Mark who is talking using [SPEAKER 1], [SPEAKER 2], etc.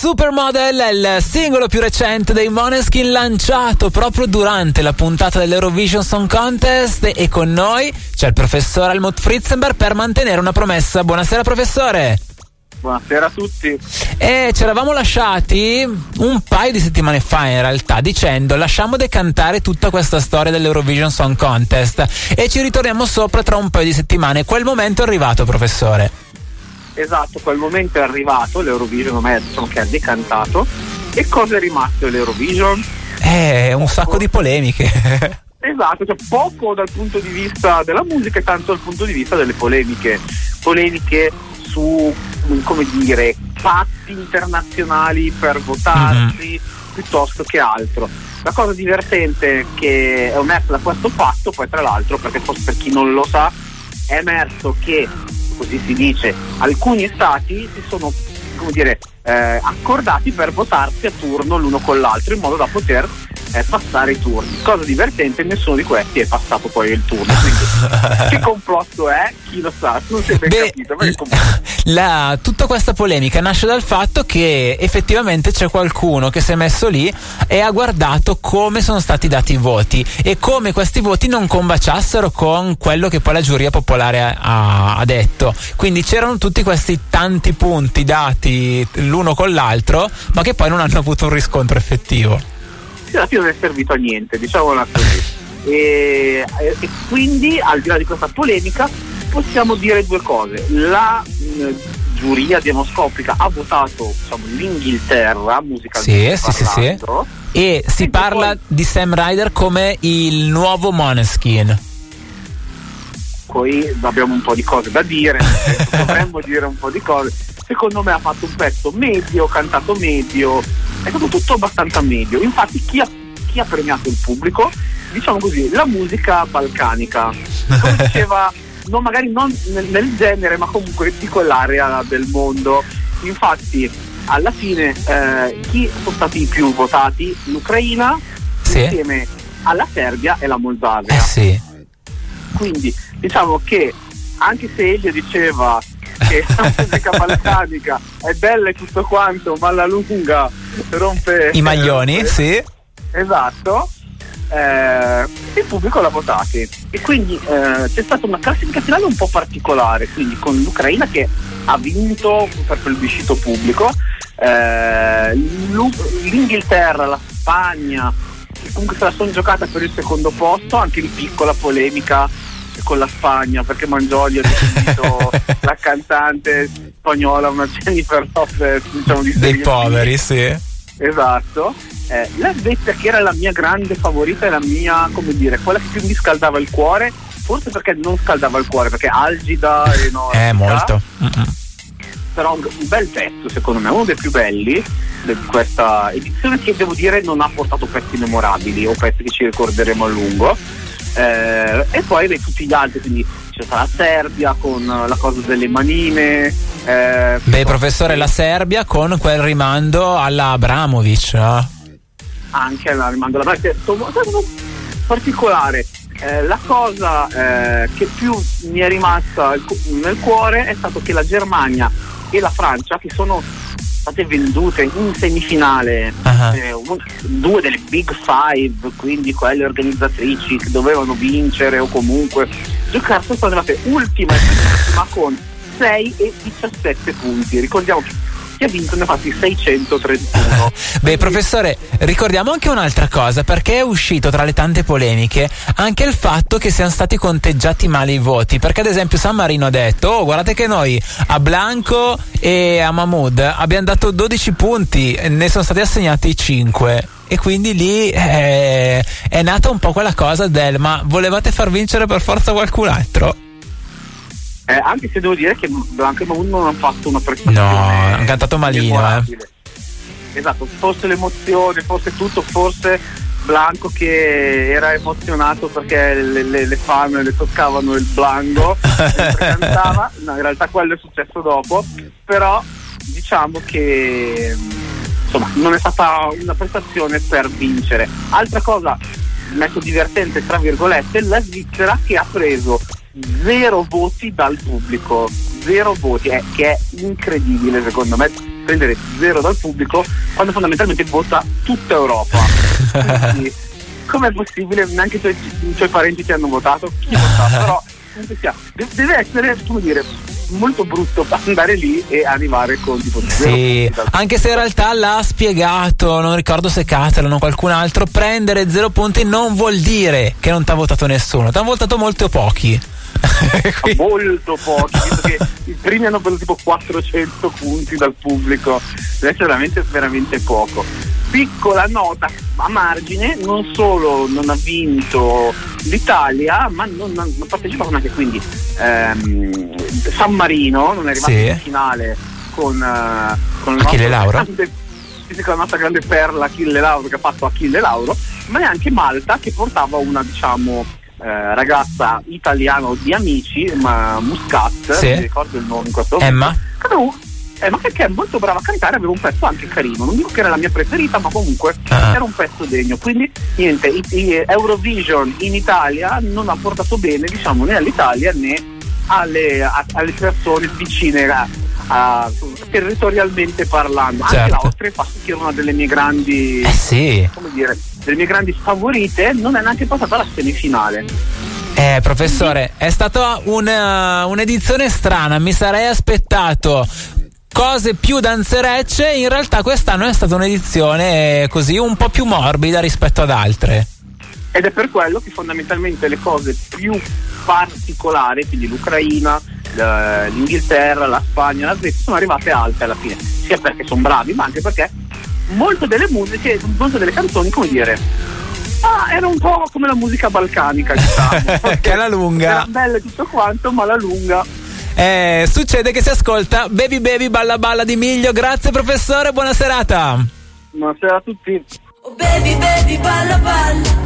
[SPEAKER 1] Supermodel è il singolo più recente dei Måneskin, lanciato proprio durante la puntata dell'Eurovision Song Contest, e con noi c'è il professor Helmut Fritzenberg per mantenere una promessa. Buonasera professore.
[SPEAKER 2] Buonasera a tutti.
[SPEAKER 1] E ci eravamo lasciati un paio di settimane fa, in realtà, dicendo lasciamo decantare tutta questa storia dell'Eurovision Song Contest e ci ritorniamo sopra tra un paio di settimane. Quel momento è arrivato, professore.
[SPEAKER 2] Esatto, quel momento è arrivato, l'Eurovision ormai diciamo che ha decantato. E cosa è rimasto dell'Eurovision?
[SPEAKER 1] Un sacco di polemiche.
[SPEAKER 2] Esatto, cioè poco dal punto di vista della musica e tanto dal punto di vista delle polemiche su, come dire, patti internazionali per votarsi piuttosto che altro. La cosa divertente che è emersa da questo fatto, poi tra l'altro, perché forse per chi non lo sa, è emerso che, così si dice, alcuni stati si sono, come dire, accordati per votarsi a turno l'uno con l'altro in modo da poter passare i turni. Cosa divertente, nessuno di questi è passato poi il turno, quindi che complotto è? Chi lo sa, non si è ben capito,
[SPEAKER 1] tutta questa polemica nasce dal fatto che effettivamente c'è qualcuno che si è messo lì e ha guardato come sono stati dati i voti e come questi voti non combaciassero con quello che poi la giuria popolare ha detto. Quindi c'erano tutti questi tanti punti dati l'uno con l'altro, ma che poi non hanno avuto un riscontro effettivo.
[SPEAKER 2] Alla fine non è servito a niente, diciamola così. E quindi, al di là di questa polemica, possiamo dire due cose. La giuria demoscopica ha votato, diciamo, l'Inghilterra musicalmente parlando.
[SPEAKER 1] E si parla di Sam Ryder come il nuovo Måneskin.
[SPEAKER 2] Poi abbiamo un po' di cose da dire, dovremmo dire un po' di cose. Secondo me ha fatto un pezzo medio, cantato medio, è stato tutto abbastanza medio. Infatti chi ha premiato il pubblico, diciamo così, la musica balcanica, come diceva, magari non nel genere, ma comunque di quell'area del mondo. Infatti alla fine chi sono stati i più votati? L'Ucraina, insieme alla Serbia e la Moldavia. Quindi diciamo che anche se egli diceva che la musica balcanica è bella e tutto quanto, ma alla lunga rompe
[SPEAKER 1] i maglioni, sì.
[SPEAKER 2] Esatto. Il pubblico l'ha votato e quindi c'è stata una classifica finale un po' particolare, quindi con l'Ucraina che ha vinto per plebiscito pubblico, l'Inghilterra, la Spagna che comunque se la sono giocata per il secondo posto, anche di piccola polemica con la Spagna perché Mangioli ha definito la cantante spagnola una Jennifer Lopez, diciamo,
[SPEAKER 1] dei poveri, sì.
[SPEAKER 2] Esatto. La Svezia, che era la mia grande favorita e la mia, come dire, quella che più mi scaldava il cuore, forse perché non scaldava il cuore, perché algida e
[SPEAKER 1] molto.
[SPEAKER 2] Però un bel pezzo, secondo me, uno dei più belli di questa edizione, che devo dire non ha portato pezzi memorabili o pezzi che ci ricorderemo a lungo. E poi tutti gli altri, quindi c'è stata la Serbia con la cosa delle manine.
[SPEAKER 1] Professore, la Serbia con quel rimando alla Abramovic, no?
[SPEAKER 2] Anche la rimando alla particolare. La cosa che più mi è rimasta nel cuore è stato che la Germania e la Francia, che sono state vendute in semifinale, due delle Big Five, quindi quelle organizzatrici che dovevano vincere o comunque giocare, sono state arrivate ultima con 6 e 17 punti. Ricordiamo che chi ha vinto ne ha fatti 631.
[SPEAKER 1] Professore, ricordiamo anche un'altra cosa, perché è uscito tra le tante polemiche anche il fatto che siano stati conteggiati male i voti, perché ad esempio San Marino ha detto guardate che noi a Blanco e a Mahmood abbiamo dato 12 punti, ne sono stati assegnati 5. E quindi lì è nata un po' quella cosa del ma volevate far vincere per forza qualcun altro?
[SPEAKER 2] Anche se devo dire che Blanco e Mahmood non hanno fatto una prestazione,
[SPEAKER 1] hanno cantato malino,
[SPEAKER 2] Esatto, forse l'emozione, forse tutto, forse Blanco che era emozionato perché le fan le toccavano il blanco mentre cantava. No, in realtà quello è successo dopo, però diciamo che insomma non è stata una prestazione per vincere. Altra cosa, metto divertente tra virgolette, la Svizzera che ha preso 0 voti dal pubblico, 0 voti, che è incredibile secondo me. prendere 0 dal pubblico quando fondamentalmente vota tutta Europa. Quindi, com'è possibile? Neanche i tuoi parenti ti hanno votato? Chi ha votato? Però deve essere, come dire, molto brutto andare lì e arrivare con tipo 0
[SPEAKER 1] sì, anche se in realtà l'ha spiegato, non ricordo se Catalan o qualcun altro, prendere 0 punti non vuol dire che non ti ha votato nessuno, ti hanno votato molto pochi.
[SPEAKER 2] Molto pochi, visto che i primi hanno preso tipo 400 punti dal pubblico, deve essere veramente veramente poco. Piccola nota a margine, non solo non ha vinto l'Italia, ma non partecipato neanche, quindi San Marino non è arrivato in finale con
[SPEAKER 1] Achille Lauro,
[SPEAKER 2] la nostra grande perla Achille Lauro, che ha fatto Achille Lauro, ma neanche Malta, che portava una, diciamo, ragazza italiana di Amici, ma Muscat, non mi ricordo il nome in questo momento. Emma, che è molto brava a cantare, aveva un pezzo anche carino, non dico che era la mia preferita, ma comunque era un pezzo degno. Quindi niente, Eurovision in Italia non ha portato bene, diciamo, né all'Italia né alle persone vicine territorialmente parlando. Anche l'Austria, che era una delle mie grandi come dire, delle mie grandi favorite, non è neanche passata alla semifinale.
[SPEAKER 1] Professore, è stata un'edizione strana, mi sarei aspettato cose più danzerecce, in realtà quest'anno è stata un'edizione così un po' più morbida rispetto ad altre.
[SPEAKER 2] Ed è per quello che fondamentalmente le cose più particolari, quindi l'Ucraina, l'Inghilterra, la Spagna, la Svezia, sono arrivate alte alla fine, sia perché sono bravi, ma anche perché molte delle musiche, molte delle canzoni, come dire, era un po' come la musica balcanica, diciamo.
[SPEAKER 1] Che alla lunga
[SPEAKER 2] era bella tutto quanto, ma alla lunga
[SPEAKER 1] succede che si ascolta Baby Baby Balla Balla di Miglio. Grazie professore, buona serata.
[SPEAKER 2] Buonasera a tutti.
[SPEAKER 3] Oh baby baby balla balla.